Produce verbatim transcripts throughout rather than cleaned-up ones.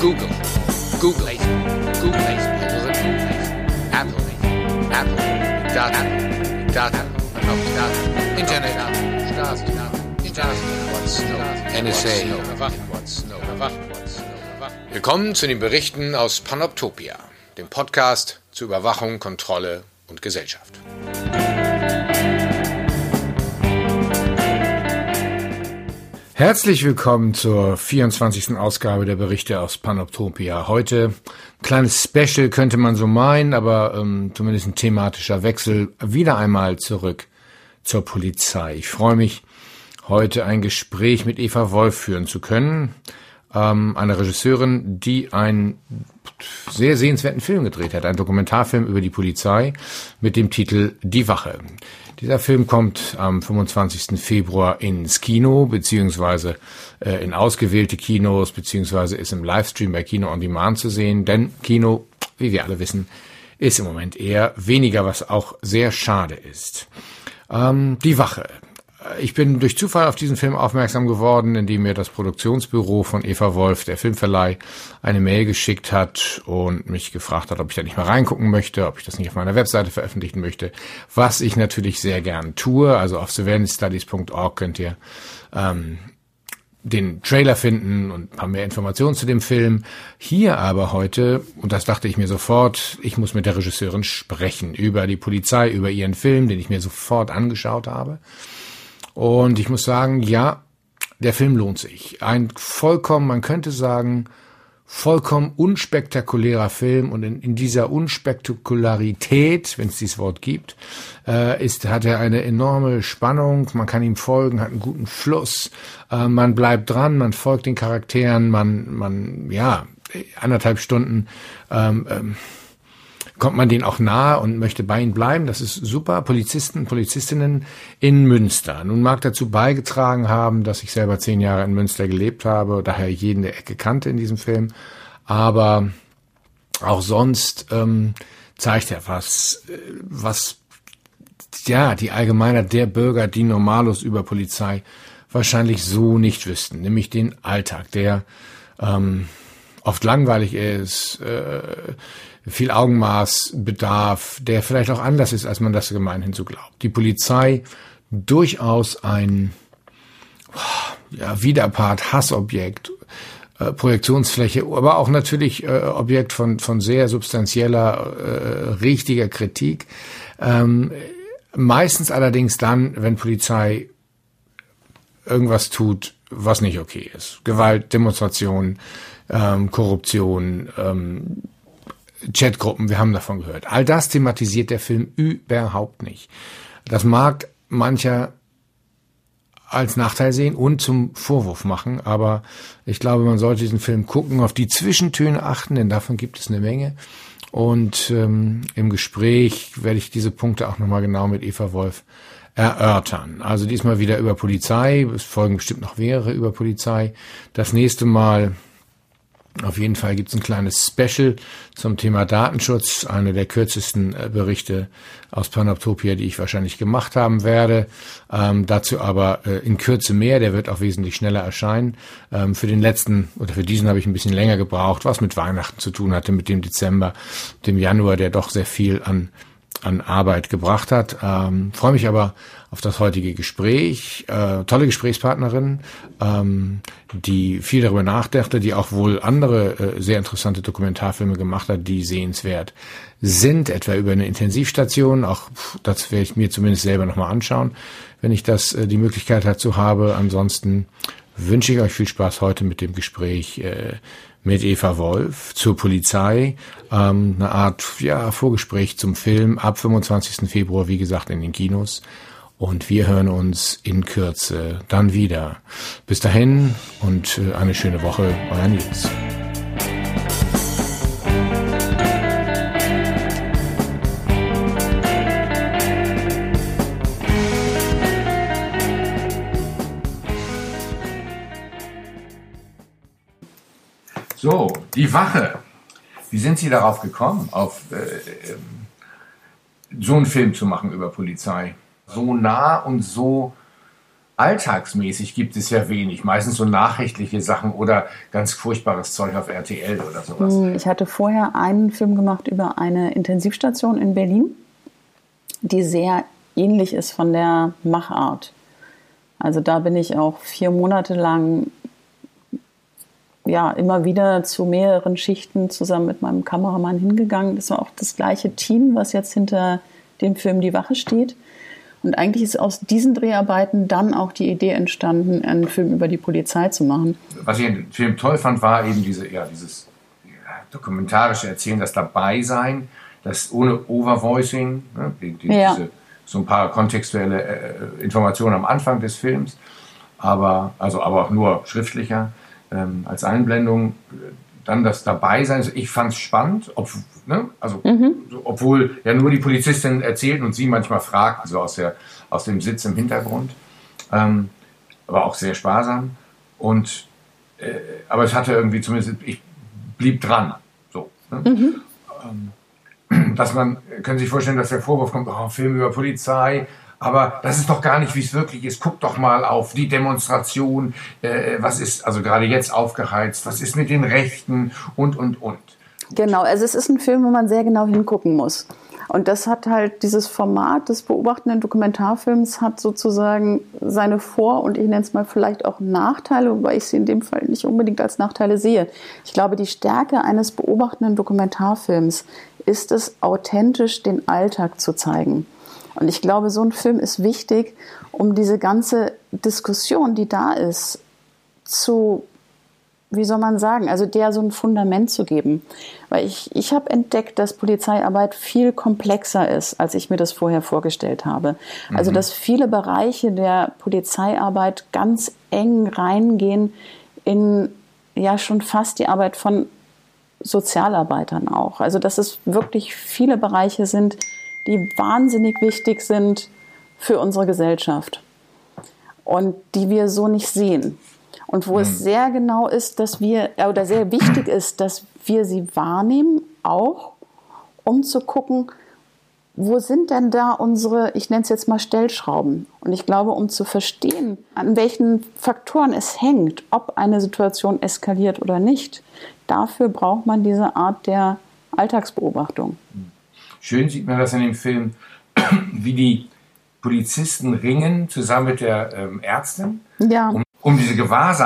Google, Google, Google, Apple, Apple, Data, Data, Internet, N S A. Willkommen zu den Berichten aus Panoptopia, dem Podcast zu Überwachung, Kontrolle und Gesellschaft. Herzlich willkommen zur vierundzwanzigsten Ausgabe der Berichte aus Panoptopia. Heute ein kleines Special, könnte man so meinen, aber ähm, zumindest ein thematischer Wechsel. Wieder einmal zurück zur Polizei. Ich freue mich, heute ein Gespräch mit Eva Wolf führen zu können. Ähm, eine Regisseurin, die einen sehr sehenswerten Film gedreht hat. Ein Dokumentarfilm über die Polizei mit dem Titel Die Wache. Dieser Film kommt am fünfundzwanzigsten Februar ins Kino, beziehungsweise äh, in ausgewählte Kinos, beziehungsweise ist im Livestream bei Kino on Demand zu sehen. Denn Kino, wie wir alle wissen, ist im Moment eher weniger, was auch sehr schade ist. Ähm, Die Wache. Ich bin durch Zufall auf diesen Film aufmerksam geworden, indem mir das Produktionsbüro von Eva Wolf, der Filmverleih, eine Mail geschickt hat und mich gefragt hat, ob ich da nicht mal reingucken möchte, ob ich das nicht auf meiner Webseite veröffentlichen möchte, was ich natürlich sehr gern tue. Also auf surveillance studies punkt org könnt ihr ähm, den Trailer finden und ein paar mehr Informationen zu dem Film. Hier aber heute, und das dachte ich mir sofort, ich muss mit der Regisseurin sprechen über die Polizei, über ihren Film, den ich mir sofort angeschaut habe. Und ich muss sagen, ja, der Film lohnt sich. Ein vollkommen, man könnte sagen, vollkommen unspektakulärer Film. Und in, in dieser Unspektakularität, wenn es dieses Wort gibt, äh, ist, hat er eine enorme Spannung. Man kann ihm folgen, hat einen guten Fluss. Äh, man bleibt dran, man folgt den Charakteren. Man, man, ja, anderthalb Stunden ähm, ähm, kommt man denen auch nahe und möchte bei ihnen bleiben. Das ist super. Polizisten, Polizistinnen in Münster. Nun mag dazu beigetragen haben, dass ich selber zehn Jahre in Münster gelebt habe, daher jeden der Ecke kannte in diesem Film. Aber auch sonst ähm, zeigt er was, was ja die Allgemeinheit der Bürger, die Normalos über Polizei wahrscheinlich so nicht wüssten. Nämlich den Alltag, der ähm, oft langweilig ist, äh, viel Augenmaß bedarf, der vielleicht auch anders ist, als man das gemeinhin so glaubt. Die Polizei durchaus ein ja, Widerpart, Hassobjekt, äh, Projektionsfläche, aber auch natürlich äh, Objekt von von sehr substanzieller, äh, richtiger Kritik. Ähm, meistens allerdings dann, wenn Polizei irgendwas tut, was nicht okay ist. Gewalt, Demonstrationen, ähm, Korruption, ähm, Chatgruppen, wir haben davon gehört. All das thematisiert der Film überhaupt nicht. Das mag mancher als Nachteil sehen und zum Vorwurf machen, aber ich glaube, man sollte diesen Film gucken, auf die Zwischentöne achten, denn davon gibt es eine Menge. Und ähm, im Gespräch werde ich diese Punkte auch nochmal genau mit Eva Wolf erörtern. Also diesmal wieder über Polizei, es folgen bestimmt noch mehrere über Polizei. Das nächste Mal auf jeden Fall gibt es ein kleines Special zum Thema Datenschutz, eine der kürzesten äh, Berichte aus Panoptopia, die ich wahrscheinlich gemacht haben werde. Ähm, dazu aber äh, in Kürze mehr, der wird auch wesentlich schneller erscheinen. Ähm, für den letzten oder für diesen habe ich ein bisschen länger gebraucht, was mit Weihnachten zu tun hatte, mit dem Dezember, dem Januar, der doch sehr viel an an Arbeit gebracht hat. Ähm, freue mich aber auf das heutige Gespräch. Äh, tolle Gesprächspartnerin, ähm, die viel darüber nachdachte, die auch wohl andere äh, sehr interessante Dokumentarfilme gemacht hat, die sehenswert sind, etwa über eine Intensivstation. Auch das werde ich mir zumindest selber nochmal anschauen, wenn ich das äh, die Möglichkeit dazu habe. Ansonsten wünsche ich euch viel Spaß heute mit dem Gespräch äh, mit Eva Wolf zur Polizei, ähm, eine Art ja Vorgespräch zum Film ab fünfundzwanzigsten Februar, wie gesagt, in den Kinos. Und wir hören uns in Kürze dann wieder. Bis dahin und äh, eine schöne Woche, euer Nils. So, die Wache. Wie sind Sie darauf gekommen, auf äh, so einen Film zu machen über Polizei? So nah und so alltagsmäßig gibt es ja wenig. Meistens so nachrichtliche Sachen oder ganz furchtbares Zeug auf R T L oder sowas. Ich hatte vorher einen Film gemacht über eine Intensivstation in Berlin, die sehr ähnlich ist von der Machart. Also da bin ich auch vier Monate lang ja, immer wieder zu mehreren Schichten zusammen mit meinem Kameramann hingegangen. Das war auch das gleiche Team, was jetzt hinter dem Film Die Wache steht. Und eigentlich ist aus diesen Dreharbeiten dann auch die Idee entstanden, einen Film über die Polizei zu machen. Was ich in dem Film toll fand, war eben diese, ja, dieses ja, dokumentarische Erzählen, das Dabeisein, das ohne Overvoicing, ne, die, die, ja. diese, so ein paar kontextuelle äh, Informationen am Anfang des Films, aber, also, aber auch nur schriftlicher. Ähm, als Einblendung, dann das Dabeisein. Also ich fand es spannend, ob, ne, also, mhm. so, obwohl ja nur die Polizistin erzählt und sie manchmal fragt, also aus, der, aus dem Sitz im Hintergrund, ähm, aber auch sehr sparsam. Und, äh, aber es hatte irgendwie zumindest, ich blieb dran. So, ne? mhm. ähm, dass man, können Sie sich vorstellen, dass der Vorwurf kommt, oh, Film über Polizei, aber das ist doch gar nicht, wie es wirklich ist. Guck doch mal auf die Demonstration, äh, was ist also gerade jetzt aufgeheizt, was ist mit den Rechten und, und, und. Genau, also es ist ein Film, wo man sehr genau hingucken muss. Und das hat halt, dieses Format des beobachtenden Dokumentarfilms hat sozusagen seine Vor- und ich nenne es mal vielleicht auch Nachteile, wobei ich sie in dem Fall nicht unbedingt als Nachteile sehe. Ich glaube, die Stärke eines beobachtenden Dokumentarfilms ist es, authentisch den Alltag zu zeigen. Und ich glaube, so ein Film ist wichtig, um diese ganze Diskussion, die da ist, zu, wie soll man sagen, also der so ein Fundament zu geben. Weil ich, ich habe entdeckt, dass Polizeiarbeit viel komplexer ist, als ich mir das vorher vorgestellt habe. Mhm. Also dass viele Bereiche der Polizeiarbeit ganz eng reingehen in ja schon fast die Arbeit von Sozialarbeitern auch. Also dass es wirklich viele Bereiche sind, die wahnsinnig wichtig sind für unsere Gesellschaft und die wir so nicht sehen. Und wo mhm. es sehr genau ist, dass wir, oder sehr wichtig ist, dass wir sie wahrnehmen, auch um zu gucken, wo sind denn da unsere, ich nenne es jetzt mal Stellschrauben. Und ich glaube, um zu verstehen, an welchen Faktoren es hängt, ob eine Situation eskaliert oder nicht, dafür braucht man diese Art der Alltagsbeobachtung. Schön sieht man das in dem Film, wie die Polizisten ringen, zusammen mit der ähm, Ärztin, ja. um, um diese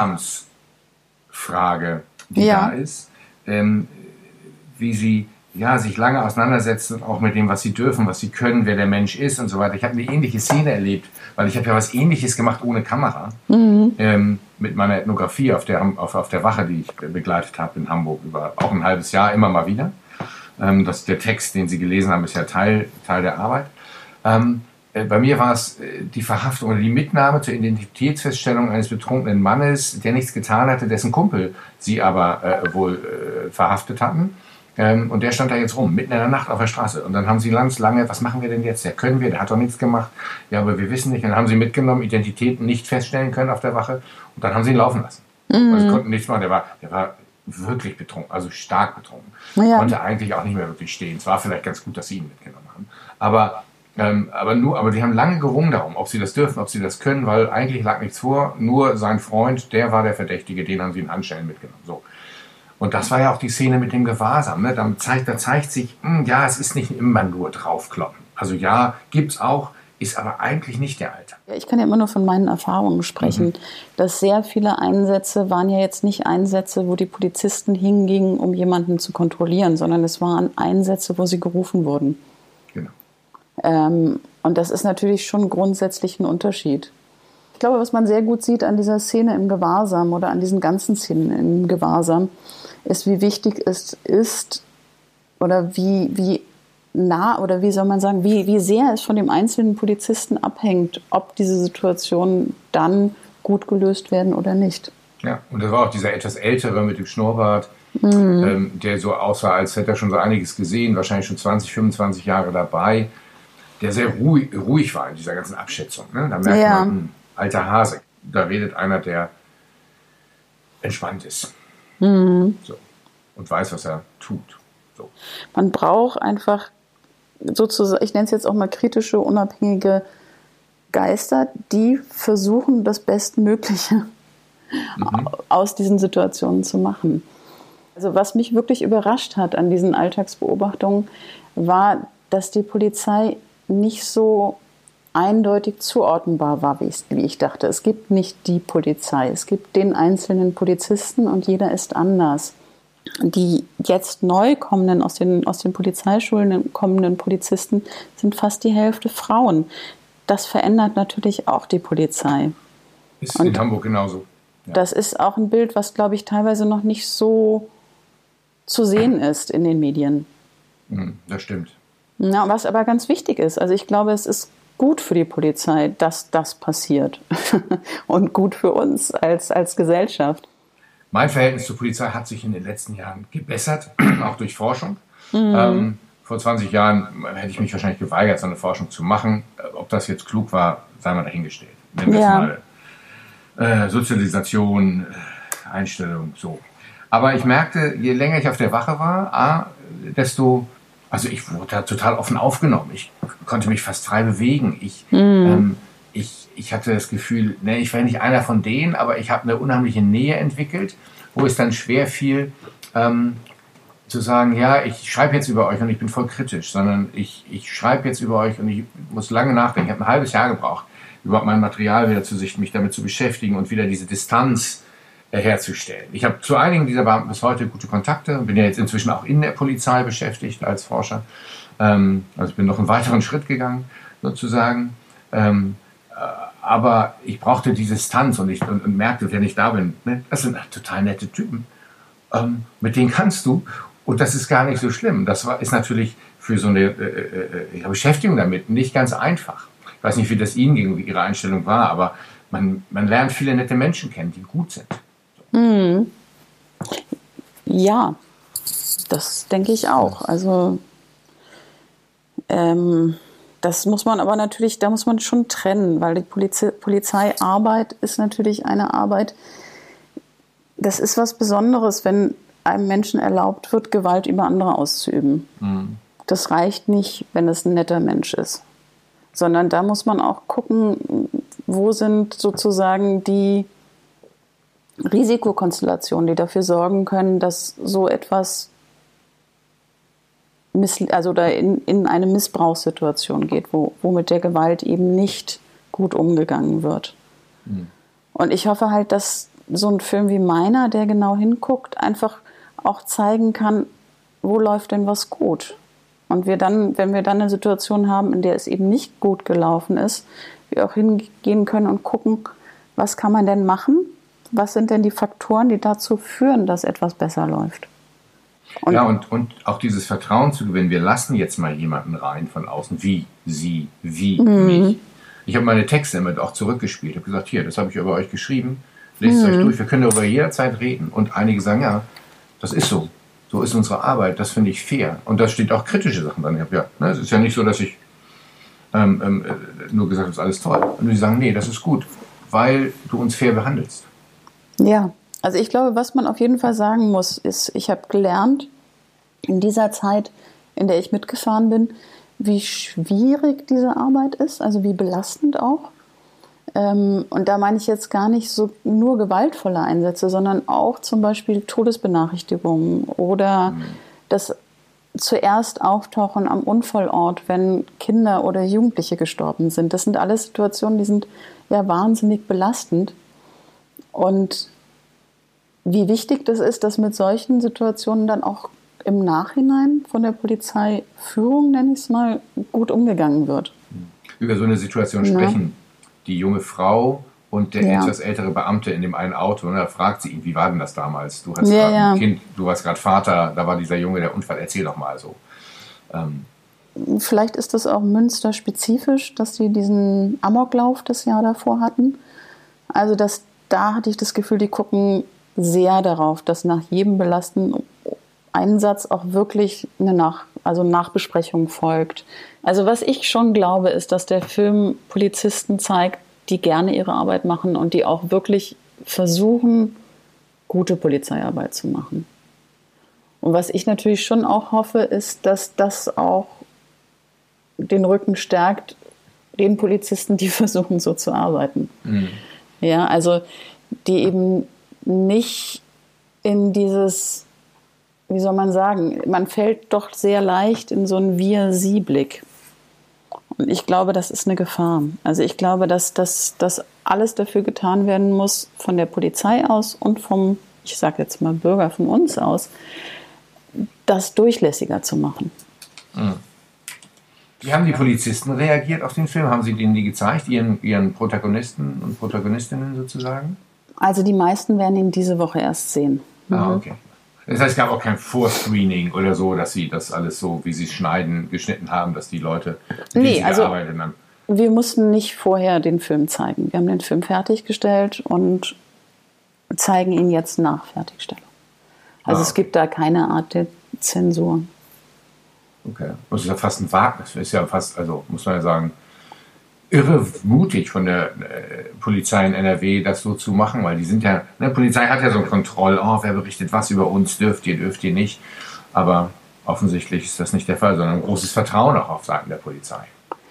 Gewahrsamsfrage, die ja. da ist, ähm, wie sie ja, sich lange auseinandersetzen, auch mit dem, was sie dürfen, was sie können, wer der Mensch ist und so weiter. Ich habe eine ähnliche Szene erlebt, weil ich habe ja was Ähnliches gemacht ohne Kamera, mhm. ähm, mit meiner Ethnografie auf der, auf, auf der Wache, die ich begleitet habe in Hamburg über auch ein halbes Jahr, immer mal wieder. Das, der Text, den Sie gelesen haben, ist ja Teil, Teil der Arbeit. Ähm, äh, bei mir war es äh, die Verhaftung oder die Mitnahme zur Identitätsfeststellung eines betrunkenen Mannes, der nichts getan hatte, dessen Kumpel sie aber äh, wohl äh, verhaftet hatten. Ähm, und der stand da jetzt rum, mitten in der Nacht auf der Straße. Und dann haben sie ganz lange, was machen wir denn jetzt? Der können wir, der hat doch nichts gemacht. Ja, aber wir wissen nicht. Und dann haben sie mitgenommen, Identitäten nicht feststellen können auf der Wache. Und dann haben sie ihn laufen lassen. Mhm. Also sie konnten nichts machen. Der war, der war wirklich betrunken, also stark betrunken. Ja. Konnte eigentlich auch nicht mehr wirklich stehen. Es war vielleicht ganz gut, dass sie ihn mitgenommen haben. Aber, ähm, aber, nur, aber die haben lange gerungen darum, ob sie das dürfen, ob sie das können, weil eigentlich lag nichts vor. Nur sein Freund, der war der Verdächtige, den haben sie in Handschellen mitgenommen. So. Und das war ja auch die Szene mit dem Gewahrsam. Ne? Da, zeigt, da zeigt sich, mh, ja, es ist nicht immer nur draufkloppen. Also ja, gibt's auch, ist aber eigentlich nicht der Alltag. Ich kann ja immer nur von meinen Erfahrungen sprechen, mhm. dass sehr viele Einsätze waren ja jetzt nicht Einsätze, wo die Polizisten hingingen, um jemanden zu kontrollieren, sondern es waren Einsätze, wo sie gerufen wurden. Genau. Ähm, und das ist natürlich schon grundsätzlich ein Unterschied. Ich glaube, was man sehr gut sieht an dieser Szene im Gewahrsam oder an diesen ganzen Szenen im Gewahrsam, ist, wie wichtig es ist oder wie, wie nah oder wie soll man sagen, wie, wie sehr es von dem einzelnen Polizisten abhängt, ob diese Situationen dann gut gelöst werden oder nicht. Ja, und das war auch dieser etwas ältere mit dem Schnurrbart, mhm. ähm, der so aussah, als hätte er schon so einiges gesehen, wahrscheinlich schon zwanzig, fünfundzwanzig Jahre dabei, der sehr ruhig, ruhig war in dieser ganzen Abschätzung. Ne? Da merkt ja. man, mh, alter Hase, da redet einer, der entspannt ist mhm. so, und weiß, was er tut. So. Man braucht einfach sozusagen, ich nenne es jetzt auch mal kritische, unabhängige Geister, die versuchen, das Bestmögliche mhm. aus diesen Situationen zu machen. Also was mich wirklich überrascht hat an diesen Alltagsbeobachtungen, war, dass die Polizei nicht so eindeutig zuordnenbar war, wie ich, wie ich dachte. Es gibt nicht die Polizei, es gibt den einzelnen Polizisten und jeder ist anders. Die jetzt neu kommenden, aus den, aus den Polizeischulen kommenden Polizisten sind fast die Hälfte Frauen. Das verändert natürlich auch die Polizei. Ist und in Hamburg genauso. Ja. Das ist auch ein Bild, was, glaube ich, teilweise noch nicht so zu sehen ist in den Medien. Das stimmt. Ja, was aber ganz wichtig ist. Also ich glaube, es ist gut für die Polizei, dass das passiert. Und gut für uns als, als Gesellschaft. Mein Verhältnis zur Polizei hat sich in den letzten Jahren gebessert, auch durch Forschung. Mhm. Ähm, vor zwanzig Jahren hätte ich mich wahrscheinlich geweigert, so eine Forschung zu machen. Ob das jetzt klug war, sei mal dahingestellt. Nennen wir ja. es mal äh, Sozialisation, Einstellung, so. Aber ich merkte, je länger ich auf der Wache war, a, desto... Also ich wurde da total offen aufgenommen. Ich konnte mich fast frei bewegen. Ich, mm. ähm, ich, ich hatte das Gefühl, ne, ich war nicht einer von denen, aber ich habe eine unheimliche Nähe entwickelt, wo es dann schwer fiel, ähm, zu sagen, ja, ich schreibe jetzt über euch und ich bin voll kritisch, sondern ich, ich schreibe jetzt über euch und ich muss lange nachdenken. Ich habe ein halbes Jahr gebraucht, überhaupt mein Material wieder zu sichten, mich damit zu beschäftigen und wieder diese Distanz herzustellen. Ich habe zu einigen dieser Beamten bis heute gute Kontakte und bin ja jetzt inzwischen auch in der Polizei beschäftigt als Forscher. Ähm, also ich bin noch einen weiteren Schritt gegangen, sozusagen. Ähm, äh, aber ich brauchte die Distanz und ich und, und merkte, wenn ich da bin, ne, das sind total nette Typen. Ähm, mit denen kannst du und das ist gar nicht so schlimm. Das war, ist natürlich für so eine äh, äh, Beschäftigung damit nicht ganz einfach. Ich weiß nicht, wie das Ihnen ging, wie Ihre Einstellung war, aber man, man lernt viele nette Menschen kennen, die gut sind. Mhm. Ja, das denke ich auch. Also ähm, das muss man aber natürlich, da muss man schon trennen, weil die Polize- Polizeiarbeit ist natürlich eine Arbeit, das ist was Besonderes, wenn einem Menschen erlaubt wird, Gewalt über andere auszuüben. Mhm. Das reicht nicht, wenn es ein netter Mensch ist, sondern da muss man auch gucken, wo sind sozusagen die Risikokonstellationen, die dafür sorgen können, dass so etwas miss- also da in, in eine Missbrauchssituation geht, wo, wo mit der Gewalt eben nicht gut umgegangen wird. Mhm. Und ich hoffe halt, dass so ein Film wie meiner, der genau hinguckt, einfach auch zeigen kann, wo läuft denn was gut. Und wir dann, wenn wir dann eine Situation haben, in der es eben nicht gut gelaufen ist, wir auch hingehen können und gucken, was kann man denn machen? Was sind denn die Faktoren, die dazu führen, dass etwas besser läuft? Und ja, und, und auch dieses Vertrauen zu gewinnen. Wir lassen jetzt mal jemanden rein von außen. Wie, Sie, wie, mhm. mich. Ich habe meine Texte immer auch zurückgespielt. Ich habe gesagt, hier, das habe ich über euch geschrieben. Lest es mhm. euch durch. Wir können darüber jederzeit reden. Und einige sagen, ja, das ist so. So ist unsere Arbeit. Das finde ich fair. Und da steht auch kritische Sachen dran. Ich hab, ja, ne, es ist ja nicht so, dass ich ähm, ähm, nur gesagt habe, das ist alles toll. Und die sagen, nee, das ist gut, weil du uns fair behandelst. Ja, also ich glaube, was man auf jeden Fall sagen muss, ist, ich habe gelernt in dieser Zeit, in der ich mitgefahren bin, wie schwierig diese Arbeit ist, also wie belastend auch. Ähm, und da meine ich jetzt gar nicht so nur gewaltvolle Einsätze, sondern auch zum Beispiel Todesbenachrichtigungen oder mhm. das zuerst Auftauchen am Unfallort, wenn Kinder oder Jugendliche gestorben sind. Das sind alles Situationen, die sind ja wahnsinnig belastend. Und wie wichtig das ist, dass mit solchen Situationen dann auch im Nachhinein von der Polizeiführung, nenne ich es mal, gut umgegangen wird. Über so eine Situation ja. sprechen die junge Frau und der ja. etwas ältere Beamte in dem einen Auto. Und da fragt sie ihn, wie war denn das damals? Du hast ja, gerade ja. ein Kind, du warst gerade Vater, da war dieser Junge, der Unfall. Erzähl doch mal so. Ähm. Vielleicht ist das auch Münster-spezifisch, dass sie diesen Amoklauf das Jahr davor hatten. Also dass da hatte ich das Gefühl, die gucken sehr darauf, dass nach jedem belastenden Einsatz auch wirklich eine Nach- also Nachbesprechung folgt. Also was ich schon glaube, ist, dass der Film Polizisten zeigt, die gerne ihre Arbeit machen und die auch wirklich versuchen, gute Polizeiarbeit zu machen. Und was ich natürlich schon auch hoffe, ist, dass das auch den Rücken stärkt den Polizisten, die versuchen, so zu arbeiten. Mhm. Ja, also die eben nicht in dieses, wie soll man sagen, man fällt doch sehr leicht in so einen Wir-Sie-Blick. Und ich glaube, das ist eine Gefahr. Also ich glaube, dass das alles dafür getan werden muss, von der Polizei aus und vom, ich sage jetzt mal Bürger von uns aus, das durchlässiger zu machen. Mhm. Wie haben die Polizisten reagiert auf den Film? Haben sie denen die gezeigt, ihren, ihren Protagonisten und Protagonistinnen sozusagen? Also die meisten werden ihn diese Woche erst sehen. Mhm. Ah, okay. Das heißt, es gab auch kein Vorscreening oder so, dass sie das alles so, wie sie es schneiden, geschnitten haben, dass die Leute, mit denen nee, sie also gearbeitet haben. Wir mussten nicht vorher den Film zeigen. Wir haben den Film fertiggestellt und zeigen ihn jetzt nach Fertigstellung. Also ah, okay. Es gibt da keine Art der Zensur. Okay. Das ist ja fast ein Wagnis. Das ist ja fast, also muss man ja sagen, irre mutig von der äh, Polizei in N R W, das so zu machen, weil die sind ja, ne, die Polizei hat ja so ein Kontroll, oh, wer berichtet was über uns, dürft ihr, dürft ihr nicht. Aber offensichtlich ist das nicht der Fall, sondern ein großes Vertrauen auch auf Seiten der Polizei.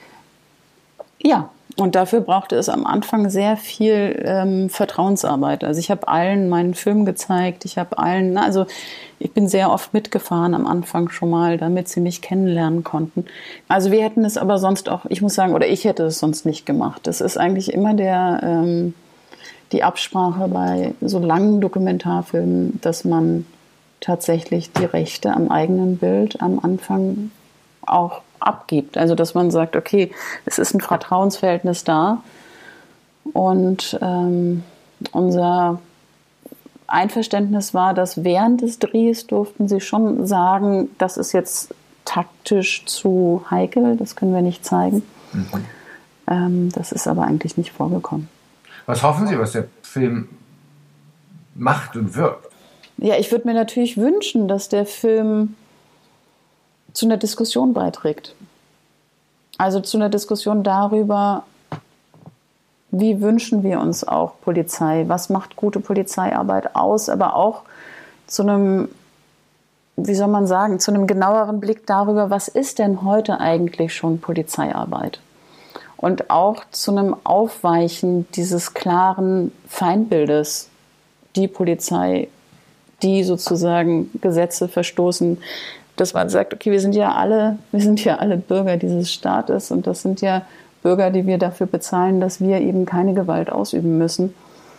Ja, und dafür brauchte es am Anfang sehr viel ähm, Vertrauensarbeit. Also ich habe allen meinen Film gezeigt, ich habe allen, also ich bin sehr oft mitgefahren am Anfang schon mal, damit sie mich kennenlernen konnten. Also wir hätten es aber sonst auch, ich muss sagen, oder ich hätte es sonst nicht gemacht. Das ist eigentlich immer der, ähm, die Absprache bei so langen Dokumentarfilmen, dass man tatsächlich die Rechte am eigenen Bild am Anfang auch abgibt. Also dass man sagt, okay, es ist ein Vertrauensverhältnis da und ähm, unser Einverständnis war, dass während des Drehs durften sie schon sagen, das ist jetzt taktisch zu heikel, das können wir nicht zeigen. Mhm. Ähm, das ist aber eigentlich nicht vorgekommen. Was hoffen Sie, was der Film macht und wirkt? Ja, ich würde mir natürlich wünschen, dass der Film zu einer Diskussion beiträgt. Also zu einer Diskussion darüber, wie wünschen wir uns auch Polizei, was macht gute Polizeiarbeit aus, aber auch zu einem, wie soll man sagen, zu einem genaueren Blick darüber, was ist denn heute eigentlich schon Polizeiarbeit? Und auch zu einem Aufweichen dieses klaren Feindbildes, die Polizei, die sozusagen Gesetze verstoßen, dass man sagt, okay, wir sind ja alle, wir sind ja alle Bürger dieses Staates und das sind ja Bürger, die wir dafür bezahlen, dass wir eben keine Gewalt ausüben müssen.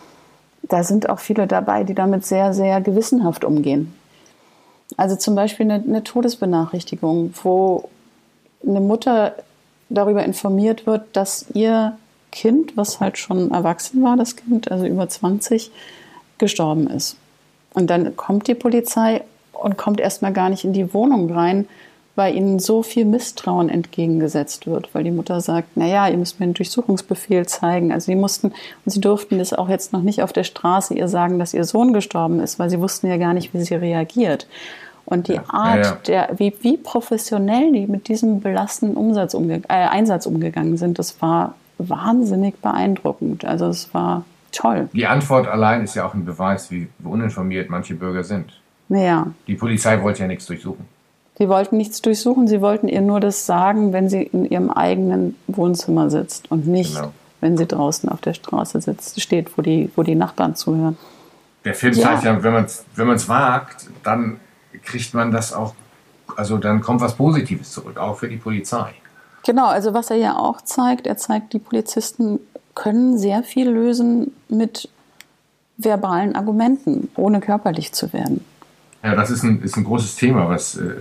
Da sind auch viele dabei, die damit sehr, sehr gewissenhaft umgehen. Also zum Beispiel eine, eine Todesbenachrichtigung, wo eine Mutter darüber informiert wird, dass ihr Kind, was halt schon erwachsen war, das Kind, also über zwanzig, gestorben ist. Und dann kommt die Polizei und kommt erstmal gar nicht in die Wohnung rein, weil ihnen so viel Misstrauen entgegengesetzt wird, weil die Mutter sagt, naja, ihr müsst mir einen Durchsuchungsbefehl zeigen. Also sie mussten, und sie durften das auch jetzt noch nicht auf der Straße ihr sagen, dass ihr Sohn gestorben ist, weil sie wussten ja gar nicht, wie sie reagiert. Und die ja, Art, ja, ja. Der, wie, wie professionell die mit diesem belastenden Umsatz umge- äh, Einsatz umgegangen sind, das war wahnsinnig beeindruckend. Also es war toll. Die Antwort allein ist ja auch ein Beweis, wie uninformiert manche Bürger sind. Ja. Die Polizei wollte ja nichts durchsuchen. Sie wollten nichts durchsuchen, sie wollten ihr nur das sagen, wenn sie in ihrem eigenen Wohnzimmer sitzt und nicht, genau, wenn sie draußen auf der Straße sitzt, steht, wo die, wo die Nachbarn zuhören. Der Film ja. zeigt ja, wenn man es wenn man's wagt, dann kriegt man das auch, also dann kommt was Positives zurück, auch für die Polizei. Genau, also was er ja auch zeigt, er zeigt, die Polizisten können sehr viel lösen mit verbalen Argumenten, ohne körperlich zu werden. Ja, das ist ein, ist ein großes Thema, was, äh,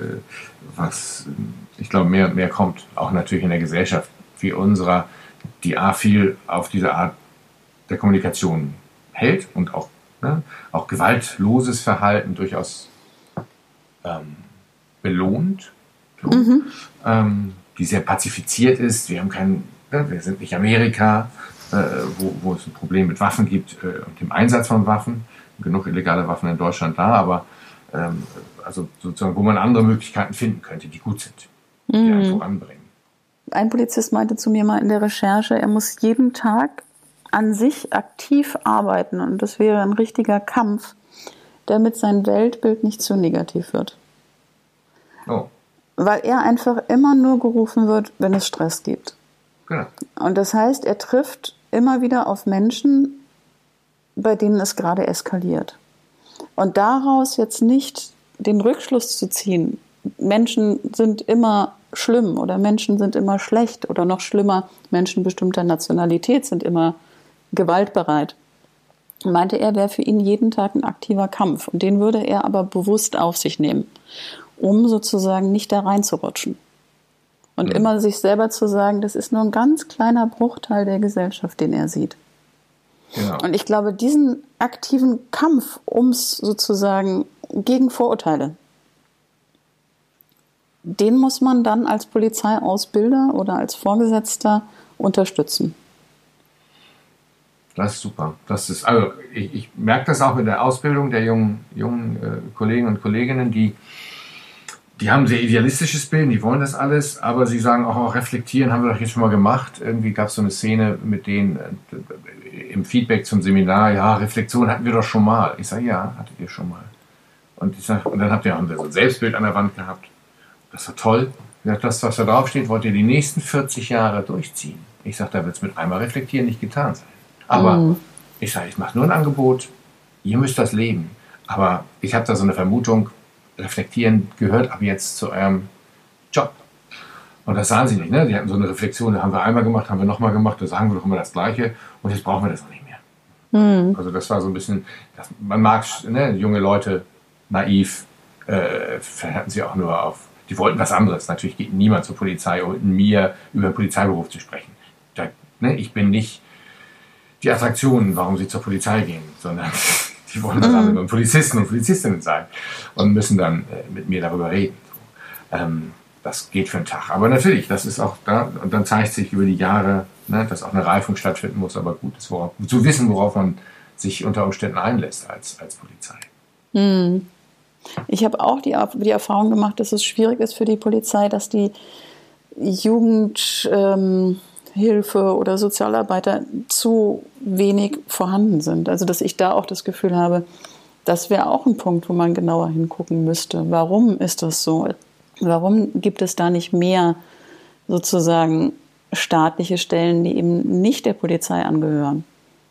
was ich glaube, mehr und mehr kommt, auch natürlich in der Gesellschaft wie unserer, die A viel auf diese Art der Kommunikation hält und auch, ne, auch gewaltloses Verhalten durchaus ähm, belohnt, so, mhm. ähm, die sehr pazifiziert ist. Wir haben keinen, ne, wir sind nicht Amerika, äh, wo, wo es ein Problem mit Waffen gibt äh, und dem Einsatz von Waffen. Genug illegale Waffen in Deutschland da, aber ähm, also sozusagen, wo man andere Möglichkeiten finden könnte, die gut sind, die mhm. einen voranbringen. Ein Polizist meinte zu mir mal in der Recherche, er muss jeden Tag an sich aktiv arbeiten und das wäre ein richtiger Kampf, damit sein Weltbild nicht zu negativ wird. Oh. Weil er einfach immer nur gerufen wird, wenn es Stress gibt. Genau. Und das heißt, er trifft immer wieder auf Menschen, bei denen es gerade eskaliert. Und daraus jetzt nicht den Rückschluss zu ziehen, Menschen sind immer schlimm oder Menschen sind immer schlecht oder noch schlimmer, Menschen bestimmter Nationalität sind immer gewaltbereit, meinte er, wäre für ihn jeden Tag ein aktiver Kampf. Und den würde er aber bewusst auf sich nehmen, um sozusagen nicht da reinzurutschen. Und mhm. immer sich selber zu sagen, das ist nur ein ganz kleiner Bruchteil der Gesellschaft, den er sieht. Genau. Und ich glaube, diesen aktiven Kampf ums sozusagen gegen Vorurteile, den muss man dann als Polizeiausbilder oder als Vorgesetzter unterstützen. Das ist super. Das ist, also ich, ich merke das auch in der Ausbildung der jungen, jungen äh, Kollegen und Kolleginnen, die, die haben ein sehr idealistisches Bild, die wollen das alles, aber sie sagen auch, auch reflektieren haben wir doch jetzt schon mal gemacht. Irgendwie gab es so eine Szene mit denen äh, im Feedback zum Seminar, ja, Reflexion hatten wir doch schon mal. Ich sage, ja, hattet ihr schon mal. Und, ich sag, und dann habt ihr, haben wir so ein Selbstbild an der Wand gehabt. Das war toll. Ich sag, das, was da draufsteht, wollt ihr die nächsten vierzig Jahre durchziehen. Ich sage, da wird es mit einmal reflektieren nicht getan sein. Aber mm. ich sage, ich mache nur ein Angebot, ihr müsst das leben. Aber ich habe da so eine Vermutung, reflektieren gehört ab jetzt zu eurem Job. Und das sahen sie nicht. Ne? Die hatten so eine Reflexion, da haben wir einmal gemacht, haben wir nochmal gemacht, da sagen wir doch immer das Gleiche und jetzt brauchen wir das auch nicht mehr. Mm. Also das war so ein bisschen, das, man mag ne, junge Leute naiv, äh, hatten sie auch nur auf, die wollten was anderes. Natürlich geht niemand zur Polizei, um mir über den Polizeiberuf zu sprechen. Da, ne, ich bin nicht die Attraktionen, warum sie zur Polizei gehen, sondern die wollen dann andere Polizisten und Polizistinnen sein und müssen dann äh, mit mir darüber reden. So. Ähm, das geht für einen Tag. Aber natürlich, das ist auch da, und dann zeigt sich über die Jahre, ne, dass auch eine Reifung stattfinden muss, aber gut ist, worauf, zu wissen, worauf man sich unter Umständen einlässt als, als Polizei. Hm. Ich habe auch die, die Erfahrung gemacht, dass es schwierig ist für die Polizei, dass die Jugend... Ähm, Hilfe oder Sozialarbeiter zu wenig vorhanden sind. Also dass ich da auch das Gefühl habe, das wäre auch ein Punkt, wo man genauer hingucken müsste. Warum ist das so? Warum gibt es da nicht mehr sozusagen staatliche Stellen, die eben nicht der Polizei angehören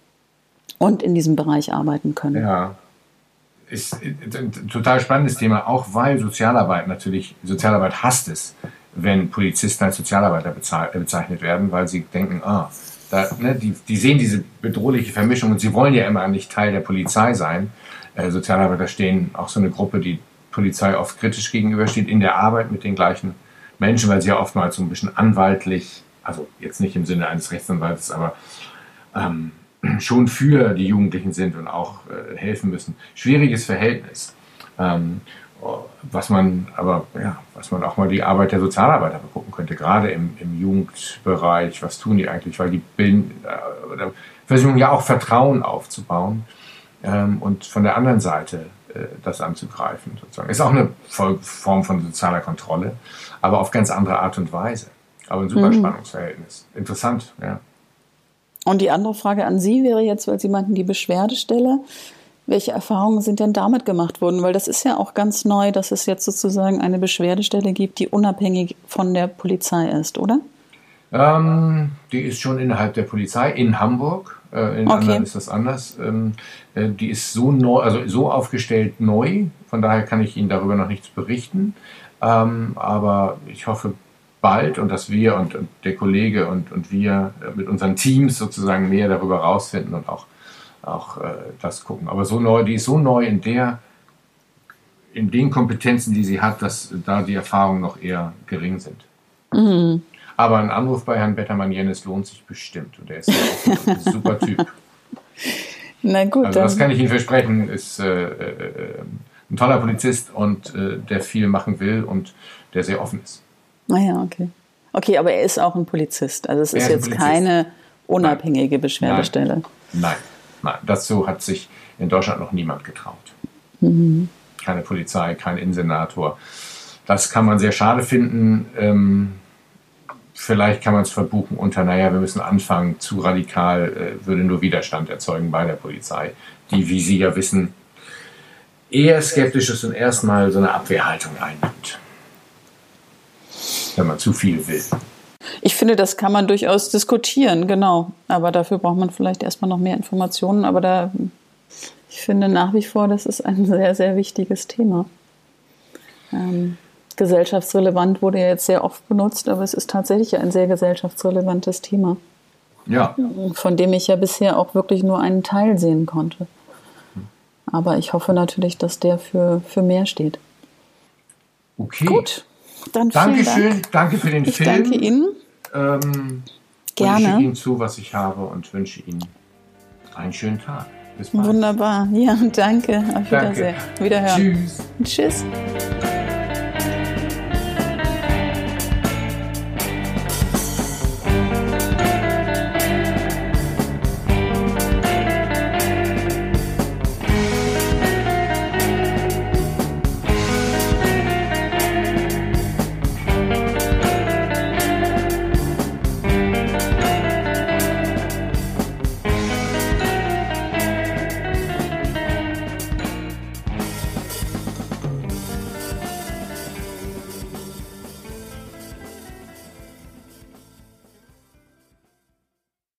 und in diesem Bereich arbeiten können? Ja, ist ein total spannendes Thema, auch weil Sozialarbeit natürlich, Sozialarbeit hasst es, wenn Polizisten als Sozialarbeiter bezeichnet werden, weil sie denken, ah, da, ne, die, die sehen diese bedrohliche Vermischung und sie wollen ja immer nicht Teil der Polizei sein. Äh, Sozialarbeiter stehen auch so eine Gruppe, die Polizei oft kritisch gegenübersteht in der Arbeit mit den gleichen Menschen, weil sie ja oftmals so ein bisschen anwaltlich, also jetzt nicht im Sinne eines Rechtsanwaltes, aber ähm, schon für die Jugendlichen sind und auch äh, helfen müssen. Schwieriges Verhältnis. Ähm, was man aber ja, was man auch mal die Arbeit der Sozialarbeiter begucken könnte, gerade im, im Jugendbereich, was tun die eigentlich, weil die bilden, äh, oder versuchen ja auch Vertrauen aufzubauen ähm, und von der anderen Seite äh, das anzugreifen sozusagen. Ist auch eine Form von sozialer Kontrolle, aber auf ganz andere Art und Weise. Aber ein super mhm. Spannungsverhältnis. Interessant, ja. Und die andere Frage an Sie wäre jetzt, weil Sie meinten, die Beschwerdestelle. Welche Erfahrungen sind denn damit gemacht worden? Weil das ist ja auch ganz neu, dass es jetzt sozusagen eine Beschwerdestelle gibt, die unabhängig von der Polizei ist, oder? Ähm, die ist schon innerhalb der Polizei in Hamburg. Äh, in okay. anderen ist das anders. Ähm, äh, die ist so neu, also so aufgestellt neu. Von daher kann ich Ihnen darüber noch nichts berichten. Ähm, aber ich hoffe bald und dass wir und, und der Kollege und, und wir äh, mit unseren Teams sozusagen mehr darüber rausfinden und auch auch äh, das gucken. Aber so neu, die ist so neu in der, in den Kompetenzen, die sie hat, dass da die Erfahrungen noch eher gering sind. Mhm. Aber ein Anruf bei Herrn Bettermann-Jennes lohnt sich bestimmt. Und er ist ein super Typ. Na gut. Also das kann ich Ihnen versprechen, ist äh, äh, ein toller Polizist und äh, der viel machen will und der sehr offen ist. Naja, okay. Okay, aber er ist auch ein Polizist. Also es ist, ist jetzt keine unabhängige Nein. Beschwerdestelle. Nein. Nein. Nein, dazu hat sich in Deutschland noch niemand getraut. Mhm. Keine Polizei, kein Innensenator. Das kann man sehr schade finden. Ähm, vielleicht kann man es verbuchen unter, naja, wir müssen anfangen, zu radikal äh, würde nur Widerstand erzeugen bei der Polizei, die, wie Sie ja wissen, eher skeptisch ist und erstmal so eine Abwehrhaltung einnimmt, wenn man zu viel will. Ich finde, das kann man durchaus diskutieren, genau. Aber dafür braucht man vielleicht erstmal noch mehr Informationen. Aber da, ich finde nach wie vor, das ist ein sehr, sehr wichtiges Thema. Ähm, gesellschaftsrelevant wurde ja jetzt sehr oft benutzt, aber es ist tatsächlich ein sehr gesellschaftsrelevantes Thema. Ja. Von dem ich ja bisher auch wirklich nur einen Teil sehen konnte. Aber ich hoffe natürlich, dass der für, für mehr steht. Okay. Gut, dann vielen Dankeschön, Dank. danke für den ich Film. Ich danke Ihnen. Ähm, Gerne. Und ich schicke Ihnen zu, was ich habe und wünsche Ihnen einen schönen Tag. Bis bald. Wunderbar. Ja, danke. Auf Wiedersehen. Danke. Wiederhören. Tschüss. Tschüss.